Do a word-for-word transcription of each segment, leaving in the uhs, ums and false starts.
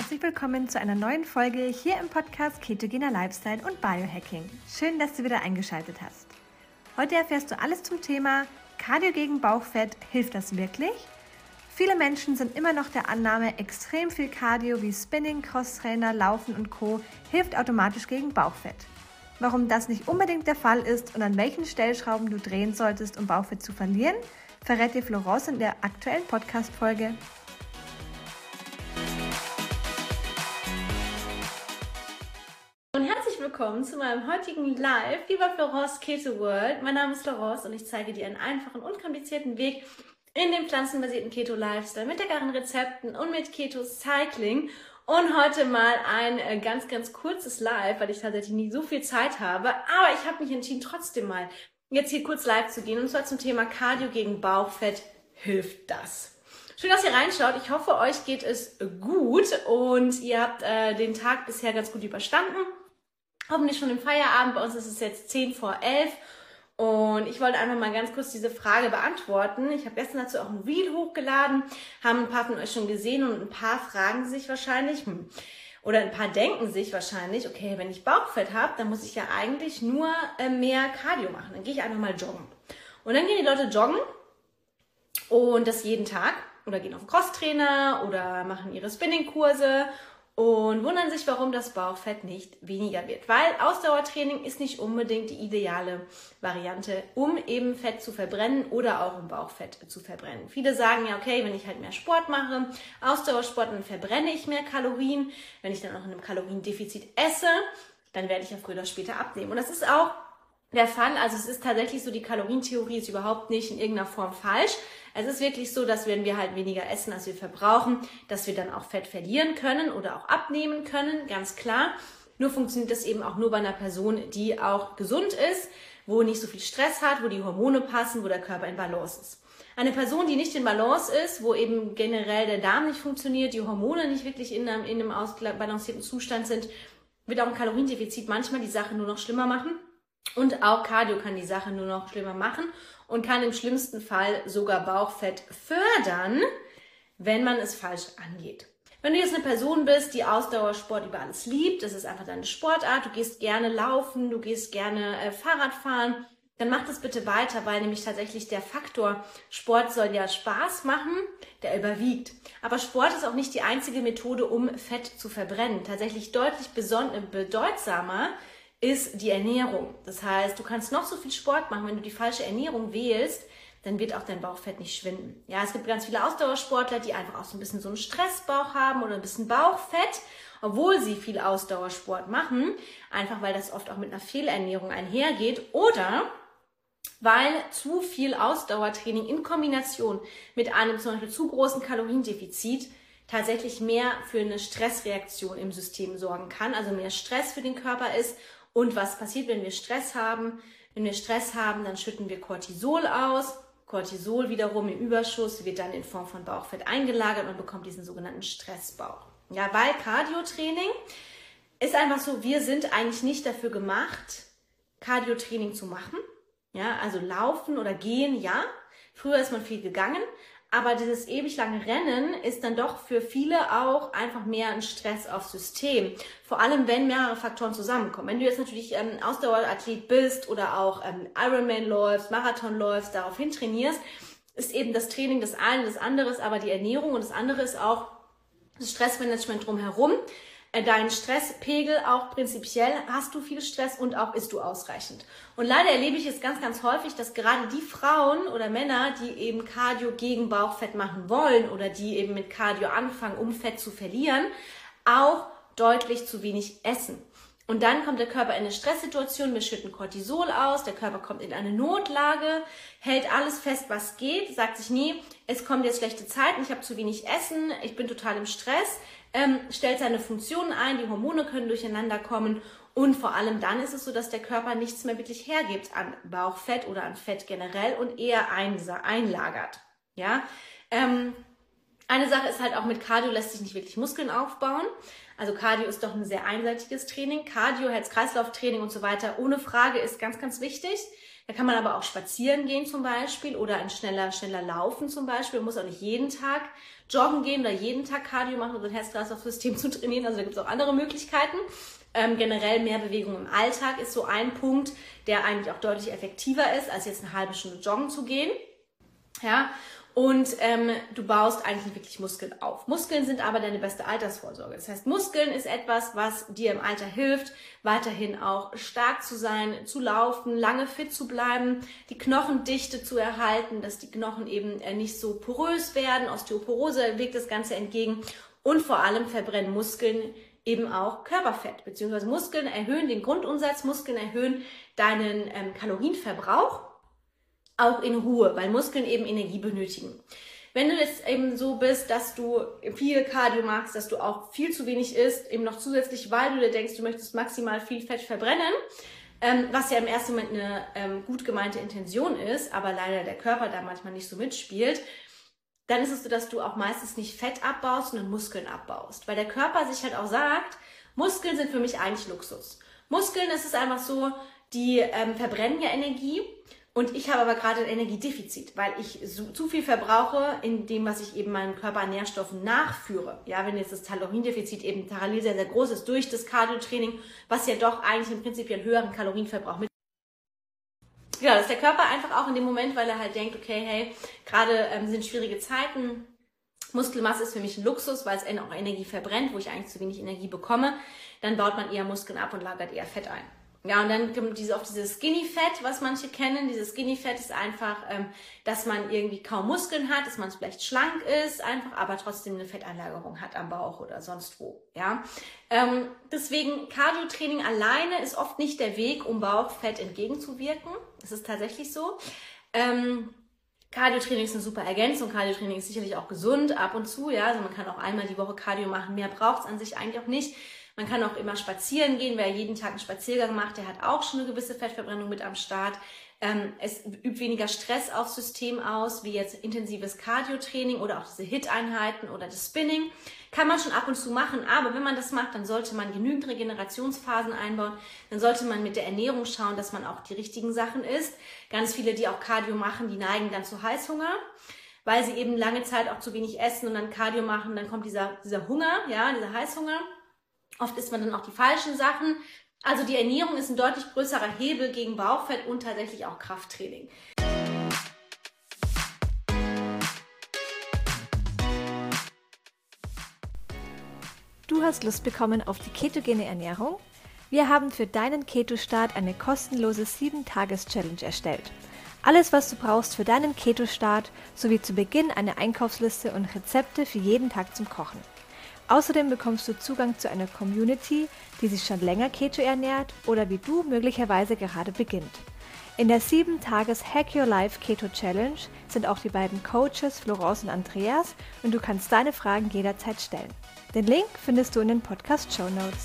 herzlich willkommen zu einer neuen Folge hier im Podcast Ketogener Lifestyle und Biohacking. Schön, dass du wieder eingeschaltet hast. Heute erfährst du alles zum Thema Cardio gegen Bauchfett. Hilft das wirklich? Viele Menschen sind immer noch der Annahme, extrem viel Cardio wie Spinning, Crosstrainer, Laufen und Co. hilft automatisch gegen Bauchfett. Warum das nicht unbedingt der Fall ist und an welchen Stellschrauben du drehen solltest, um Bauchfett zu verlieren, verrät dir Florence in der aktuellen Podcast-Folge. Und herzlich willkommen zu meinem heutigen Live hier bei Florence Keto World. Mein Name ist Florence und ich zeige dir einen einfachen, unkomplizierten Weg in den pflanzenbasierten Keto-Lifestyle mit leckeren Rezepten und mit Keto-Cycling. Und heute mal ein ganz, ganz kurzes Live, weil ich tatsächlich nie so viel Zeit habe. Aber ich habe mich entschieden, trotzdem mal jetzt hier kurz live zu gehen. Und zwar zum Thema Cardio gegen Bauchfett. Hilft das? Schön, dass ihr reinschaut. Ich hoffe, euch geht es gut und ihr habt äh, den Tag bisher ganz gut überstanden. Hoffentlich schon im Feierabend. Bei uns ist es jetzt zehn vor elf. Und ich wollte einfach mal ganz kurz diese Frage beantworten. Ich habe gestern dazu auch ein Reel hochgeladen, haben ein paar von euch schon gesehen und ein paar fragen sich wahrscheinlich, hm, oder ein paar denken sich wahrscheinlich, okay, wenn ich Bauchfett habe, dann muss ich ja eigentlich nur äh, mehr Cardio machen. Dann gehe ich einfach mal joggen. Und dann gehen die Leute joggen und das jeden Tag oder gehen auf den Crosstrainer oder machen ihre Spinning-Kurse und wundern sich, warum das Bauchfett nicht weniger wird. Weil Ausdauertraining ist nicht unbedingt die ideale Variante, um eben Fett zu verbrennen oder auch um Bauchfett zu verbrennen. Viele sagen ja, okay, wenn ich halt mehr Sport mache, Ausdauersport, dann verbrenne ich mehr Kalorien. Wenn ich dann auch in einem Kaloriendefizit esse, dann werde ich ja früher oder später abnehmen. Und das ist auch der Fall. Also es ist tatsächlich so, die Kalorientheorie ist überhaupt nicht in irgendeiner Form falsch. Es ist wirklich so, dass wenn wir halt weniger essen, als wir verbrauchen, dass wir dann auch Fett verlieren können oder auch abnehmen können, ganz klar. Nur funktioniert das eben auch nur bei einer Person, die auch gesund ist, wo nicht so viel Stress hat, wo die Hormone passen, wo der Körper in Balance ist. Eine Person, die nicht in Balance ist, wo eben generell der Darm nicht funktioniert, die Hormone nicht wirklich in einem, in einem ausbalancierten Zustand sind, wird auch ein Kaloriendefizit manchmal die Sache nur noch schlimmer machen. Und auch Cardio kann die Sache nur noch schlimmer machen und kann im schlimmsten Fall sogar Bauchfett fördern, wenn man es falsch angeht. Wenn du jetzt eine Person bist, die Ausdauersport über alles liebt, das ist einfach deine Sportart, du gehst gerne laufen, du gehst gerne äh, Fahrrad fahren, dann mach das bitte weiter, weil nämlich tatsächlich der Faktor Sport soll ja Spaß machen, der überwiegt. Aber Sport ist auch nicht die einzige Methode, um Fett zu verbrennen. Tatsächlich deutlich bedeutsamer ist die Ernährung. Das heißt, du kannst noch so viel Sport machen, wenn du die falsche Ernährung wählst, dann wird auch dein Bauchfett nicht schwinden. Ja, es gibt ganz viele Ausdauersportler, die einfach auch so ein bisschen so einen Stressbauch haben oder ein bisschen Bauchfett, obwohl sie viel Ausdauersport machen, einfach weil das oft auch mit einer Fehlernährung einhergeht oder weil zu viel Ausdauertraining in Kombination mit einem zum Beispiel zu großen Kaloriendefizit tatsächlich mehr für eine Stressreaktion im System sorgen kann, also mehr Stress für den Körper ist. Und was passiert, wenn wir Stress haben? Wenn wir Stress haben, dann schütten wir Cortisol aus. Cortisol wiederum im Überschuss wird dann in Form von Bauchfett eingelagert und bekommt diesen sogenannten Stressbauch. Ja, weil Cardio-Training ist einfach so, wir sind eigentlich nicht dafür gemacht, Cardio-Training zu machen. Ja, also laufen oder gehen, ja. Früher ist man viel gegangen. Aber dieses ewig lange Rennen ist dann doch für viele auch einfach mehr ein Stress aufs System. Vor allem, wenn mehrere Faktoren zusammenkommen. Wenn du jetzt natürlich ähm, Ausdauerathlet bist oder auch ähm, Ironman läufst, Marathon läufst, daraufhin trainierst, ist eben das Training das eine, das andere ist aber die Ernährung und das andere ist auch das Stressmanagement drumherum. Deinen Stresspegel auch prinzipiell, hast du viel Stress und auch isst du ausreichend. Und leider erlebe ich es ganz, ganz häufig, dass gerade die Frauen oder Männer, die eben Cardio gegen Bauchfett machen wollen oder die eben mit Cardio anfangen, um Fett zu verlieren, auch deutlich zu wenig essen. Und dann kommt der Körper in eine Stresssituation, wir schütten Cortisol aus, der Körper kommt in eine Notlage, hält alles fest, was geht, sagt sich nie, es kommen jetzt schlechte Zeiten, ich habe zu wenig Essen, ich bin total im Stress, ähm, stellt seine Funktionen ein, die Hormone können durcheinander kommen und vor allem dann ist es so, dass der Körper nichts mehr wirklich hergibt an Bauchfett oder an Fett generell und eher einlagert. Ja? Ähm, eine Sache ist halt auch, mit Cardio lässt sich nicht wirklich Muskeln aufbauen. Also Cardio ist doch ein sehr einseitiges Training. Cardio, Herz-Kreislauf-Training und so weiter, ohne Frage ist ganz, ganz wichtig. Da kann man aber auch spazieren gehen zum Beispiel oder ein schneller, schneller laufen zum Beispiel. Man muss auch nicht jeden Tag joggen gehen oder jeden Tag Cardio machen, um das Herz-Kreislauf-System zu trainieren. Also da gibt es auch andere Möglichkeiten. Ähm, generell mehr Bewegung im Alltag ist so ein Punkt, der eigentlich auch deutlich effektiver ist, als jetzt eine halbe Stunde joggen zu gehen. Ja, und ähm, du baust eigentlich wirklich Muskeln auf. Muskeln sind aber deine beste Altersvorsorge. Das heißt, Muskeln ist etwas, was dir im Alter hilft, weiterhin auch stark zu sein, zu laufen, lange fit zu bleiben, die Knochendichte zu erhalten, dass die Knochen eben äh, nicht so porös werden. Osteoporose wirkt das Ganze entgegen. Und vor allem verbrennen Muskeln eben auch Körperfett, beziehungsweise Muskeln erhöhen den Grundumsatz, Muskeln erhöhen deinen ähm, Kalorienverbrauch. Auch in Ruhe, weil Muskeln eben Energie benötigen. Wenn du jetzt eben so bist, dass du viel Cardio machst, dass du auch viel zu wenig isst, eben noch zusätzlich, weil du dir denkst, du möchtest maximal viel Fett verbrennen, ähm, was ja im ersten Moment eine ähm, gut gemeinte Intention ist, aber leider der Körper da manchmal nicht so mitspielt, dann ist es so, dass du auch meistens nicht Fett abbaust, sondern Muskeln abbaust. Weil der Körper sich halt auch sagt, Muskeln sind für mich eigentlich Luxus. Muskeln, das ist einfach so, die ähm, verbrennen ja Energie. Und ich habe aber gerade ein Energiedefizit, weil ich so, zu viel verbrauche in dem, was ich eben meinem Körper an Nährstoffen nachführe. Ja, wenn jetzt das Kaloriendefizit eben parallel sehr, sehr groß ist durch das Cardio-Training, was ja doch eigentlich im Prinzip einen höheren Kalorienverbrauch mit. Ja, das ist der Körper einfach auch in dem Moment, weil er halt denkt, okay, hey, gerade ähm, sind schwierige Zeiten. Muskelmasse ist für mich ein Luxus, weil es auch Energie verbrennt, wo ich eigentlich zu wenig Energie bekomme. Dann baut man eher Muskeln ab und lagert eher Fett ein. Ja, und dann kommt diese, auf dieses Skinny-Fett, was manche kennen. Dieses Skinny-Fett ist einfach, ähm, dass man irgendwie kaum Muskeln hat, dass man vielleicht schlank ist, einfach, aber trotzdem eine Fetteinlagerung hat am Bauch oder sonst wo. Ja, ähm, deswegen Cardio-Training alleine ist oft nicht der Weg, um Bauchfett entgegenzuwirken. Das ist tatsächlich so. Ähm, Cardio-Training ist eine super Ergänzung. Cardio-Training ist sicherlich auch gesund ab und zu. Ja, also man kann auch einmal die Woche Cardio machen. Mehr braucht es an sich eigentlich auch nicht. Man kann auch immer spazieren gehen. Wer jeden Tag einen Spaziergang macht, der hat auch schon eine gewisse Fettverbrennung mit am Start. Ähm, es übt weniger Stress aufs System aus, wie jetzt intensives Cardio-Training oder auch diese H I I T-Einheiten oder das Spinning. Kann man schon ab und zu machen, aber wenn man das macht, dann sollte man genügend Regenerationsphasen einbauen. Dann sollte man mit der Ernährung schauen, dass man auch die richtigen Sachen isst. Ganz viele, die auch Cardio machen, die neigen dann zu Heißhunger, weil sie eben lange Zeit auch zu wenig essen und dann Cardio machen. Dann kommt dieser, dieser Hunger, ja, dieser Heißhunger. Oft isst man dann auch die falschen Sachen. Also die Ernährung ist ein deutlich größerer Hebel gegen Bauchfett und tatsächlich auch Krafttraining. Du hast Lust bekommen auf die ketogene Ernährung? Wir haben für deinen Keto-Start eine kostenlose sieben Tages Challenge erstellt. Alles, was du brauchst für deinen Keto-Start, sowie zu Beginn eine Einkaufsliste und Rezepte für jeden Tag zum Kochen. Außerdem bekommst du Zugang zu einer Community, die sich schon länger Keto ernährt oder wie du möglicherweise gerade beginnt. In der sieben Tages Hack Your Life Keto Challenge sind auch die beiden Coaches Florence und Andreas und du kannst deine Fragen jederzeit stellen. Den Link findest du in den Podcast Show Notes.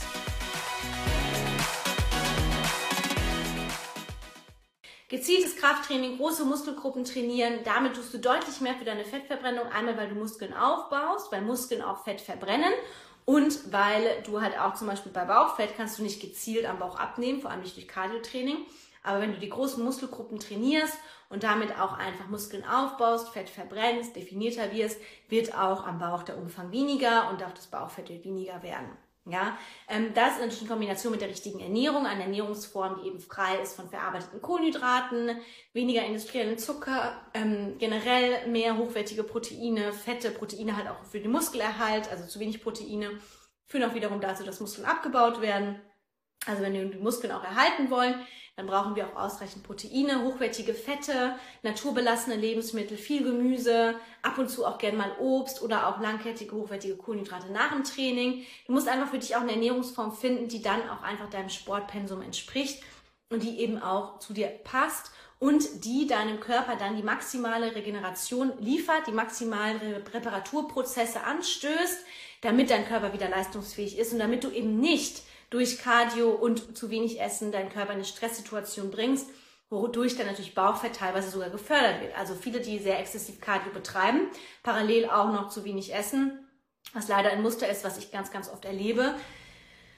Gezieltes Krafttraining, große Muskelgruppen trainieren, damit tust du deutlich mehr für deine Fettverbrennung. Einmal, weil du Muskeln aufbaust, weil Muskeln auch Fett verbrennen und weil du halt auch zum Beispiel bei Bauchfett kannst du nicht gezielt am Bauch abnehmen, vor allem nicht durch Cardio-Training. Aber wenn du die großen Muskelgruppen trainierst und damit auch einfach Muskeln aufbaust, Fett verbrennst, definierter wirst, wird auch am Bauch der Umfang weniger und auch das Bauchfett wird weniger werden. Ja, ähm, das ist natürlich in Kombination mit der richtigen Ernährung, eine Ernährungsform, die eben frei ist von verarbeiteten Kohlenhydraten, weniger industriellen Zucker, ähm, generell mehr hochwertige Proteine, Fette, Proteine halt auch für den Muskelerhalt, also zu wenig Proteine, führen auch wiederum dazu, dass Muskeln abgebaut werden. Also wenn wir die Muskeln auch erhalten wollen, dann brauchen wir auch ausreichend Proteine, hochwertige Fette, naturbelassene Lebensmittel, viel Gemüse, ab und zu auch gern mal Obst oder auch langkettige, hochwertige Kohlenhydrate nach dem Training. Du musst einfach für dich auch eine Ernährungsform finden, die dann auch einfach deinem Sportpensum entspricht und die eben auch zu dir passt und die deinem Körper dann die maximale Regeneration liefert, die maximalen Reparaturprozesse anstößt, damit dein Körper wieder leistungsfähig ist und damit du eben nicht durch Cardio und zu wenig Essen deinen Körper in eine Stresssituation bringst, wodurch dann natürlich Bauchfett teilweise sogar gefördert wird. Also viele, die sehr exzessiv Cardio betreiben, parallel auch noch zu wenig essen, was leider ein Muster ist, was ich ganz, ganz oft erlebe,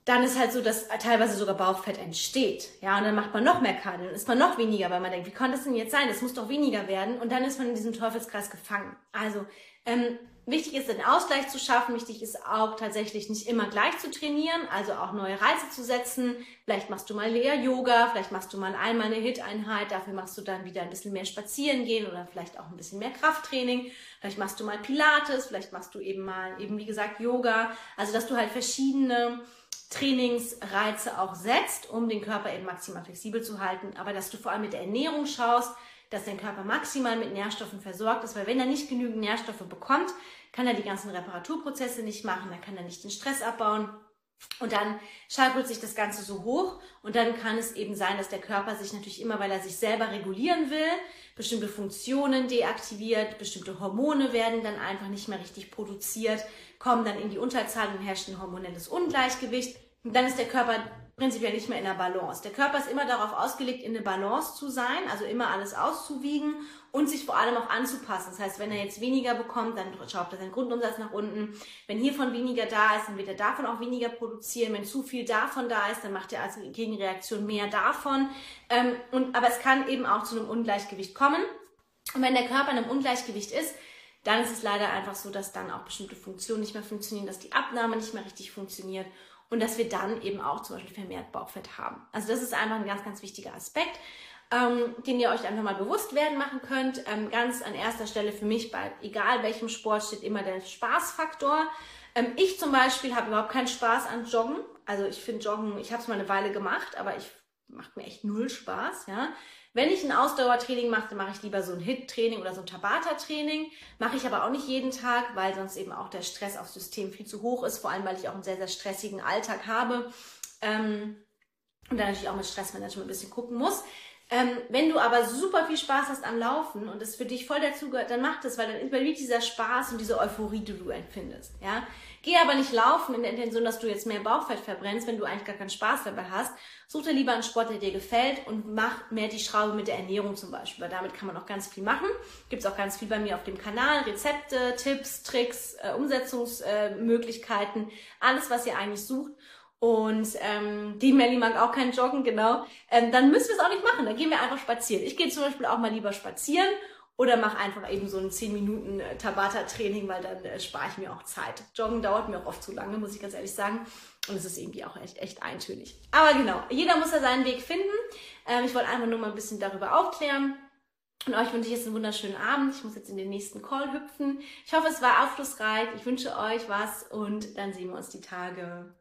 dann ist halt so, dass teilweise sogar Bauchfett entsteht. Ja, und dann macht man noch mehr Cardio, dann ist man noch weniger, weil man denkt, wie kann das denn jetzt sein? Das muss doch weniger werden. Und dann ist man in diesem Teufelskreis gefangen. Also, ähm, wichtig ist, den Ausgleich zu schaffen. Wichtig ist auch tatsächlich nicht immer gleich zu trainieren, also auch neue Reize zu setzen. Vielleicht machst du mal eher Yoga, vielleicht machst du mal einmal eine HIIT-Einheit, dafür machst du dann wieder ein bisschen mehr spazieren gehen oder vielleicht auch ein bisschen mehr Krafttraining. Vielleicht machst du mal Pilates, vielleicht machst du eben mal, eben wie gesagt, Yoga. Also, dass du halt verschiedene Trainingsreize auch setzt, um den Körper eben maximal flexibel zu halten. Aber dass du vor allem mit der Ernährung schaust, dass dein Körper maximal mit Nährstoffen versorgt ist, weil wenn er nicht genügend Nährstoffe bekommt, kann er die ganzen Reparaturprozesse nicht machen, dann kann er nicht den Stress abbauen und dann schaukelt sich das Ganze so hoch und dann kann es eben sein, dass der Körper sich natürlich immer, weil er sich selber regulieren will, bestimmte Funktionen deaktiviert, bestimmte Hormone werden dann einfach nicht mehr richtig produziert, kommen dann in die Unterzahl und herrscht ein hormonelles Ungleichgewicht und dann ist der Körper prinzipiell nicht mehr in der Balance. Der Körper ist immer darauf ausgelegt, in der Balance zu sein, also immer alles auszuwiegen und sich vor allem auch anzupassen. Das heißt, wenn er jetzt weniger bekommt, dann schraubt er seinen Grundumsatz nach unten. Wenn hiervon weniger da ist, dann wird er davon auch weniger produzieren. Wenn zu viel davon da ist, dann macht er als Gegenreaktion mehr davon. Ähm, und, aber es kann eben auch zu einem Ungleichgewicht kommen. Und wenn der Körper in einem Ungleichgewicht ist, dann ist es leider einfach so, dass dann auch bestimmte Funktionen nicht mehr funktionieren, dass die Abnahme nicht mehr richtig funktioniert. Und dass wir dann eben auch zum Beispiel vermehrt Bauchfett haben. Also das ist einfach ein ganz, ganz wichtiger Aspekt, ähm, den ihr euch einfach mal bewusst werden machen könnt. Ähm, ganz an erster Stelle für mich, bei egal welchem Sport, steht immer der Spaßfaktor. Ähm, ich zum Beispiel habe überhaupt keinen Spaß an Joggen. Also ich finde Joggen, ich habe es mal eine Weile gemacht, aber ich macht mir echt null Spaß. Ja. Wenn ich ein Ausdauertraining mache, dann mache ich lieber so ein HIIT-Training oder so ein Tabata-Training. Mache ich aber auch nicht jeden Tag, weil sonst eben auch der Stress aufs System viel zu hoch ist. Vor allem, weil ich auch einen sehr, sehr stressigen Alltag habe. Ähm, und dann natürlich auch mit Stressmanagement ein bisschen gucken muss. Ähm, wenn du aber super viel Spaß hast am Laufen und das für dich voll dazu gehört, dann mach das, weil dann überwiegt dieser Spaß und diese Euphorie, die du empfindest. Ja? Geh aber nicht laufen in der Intention, dass du jetzt mehr Bauchfett verbrennst, wenn du eigentlich gar keinen Spaß dabei hast. Such dir lieber einen Sport, der dir gefällt und mach mehr die Schraube mit der Ernährung zum Beispiel, weil damit kann man auch ganz viel machen. Gibt es auch ganz viel bei mir auf dem Kanal, Rezepte, Tipps, Tricks, äh, Umsetzungsmöglichkeiten, äh, alles, was ihr eigentlich sucht. Und ähm, die Melli mag auch kein Joggen, genau. Ähm, dann müssen wir es auch nicht machen, dann gehen wir einfach spazieren. Ich gehe zum Beispiel auch mal lieber spazieren oder mache einfach eben so ein zehn Minuten äh, Tabata-Training, weil dann äh, spare ich mir auch Zeit. Joggen dauert mir auch oft zu lange, muss ich ganz ehrlich sagen. Und es ist irgendwie auch echt, echt eintönig. Aber genau, jeder muss da seinen Weg finden. Ähm, ich wollte einfach nur mal ein bisschen darüber aufklären. Und euch wünsche ich jetzt einen wunderschönen Abend. Ich muss jetzt in den nächsten Call hüpfen. Ich hoffe, es war aufschlussreich. Ich wünsche euch was und dann sehen wir uns die Tage.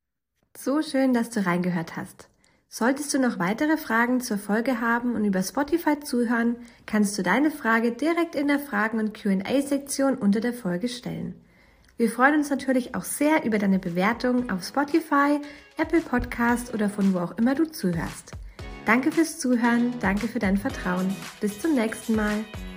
So schön, dass du reingehört hast. Solltest du noch weitere Fragen zur Folge haben und über Spotify zuhören, kannst du deine Frage direkt in der Fragen- und Q und A-Sektion unter der Folge stellen. Wir freuen uns natürlich auch sehr über deine Bewertung auf Spotify, Apple Podcast oder von wo auch immer du zuhörst. Danke fürs Zuhören, danke für dein Vertrauen. Bis zum nächsten Mal.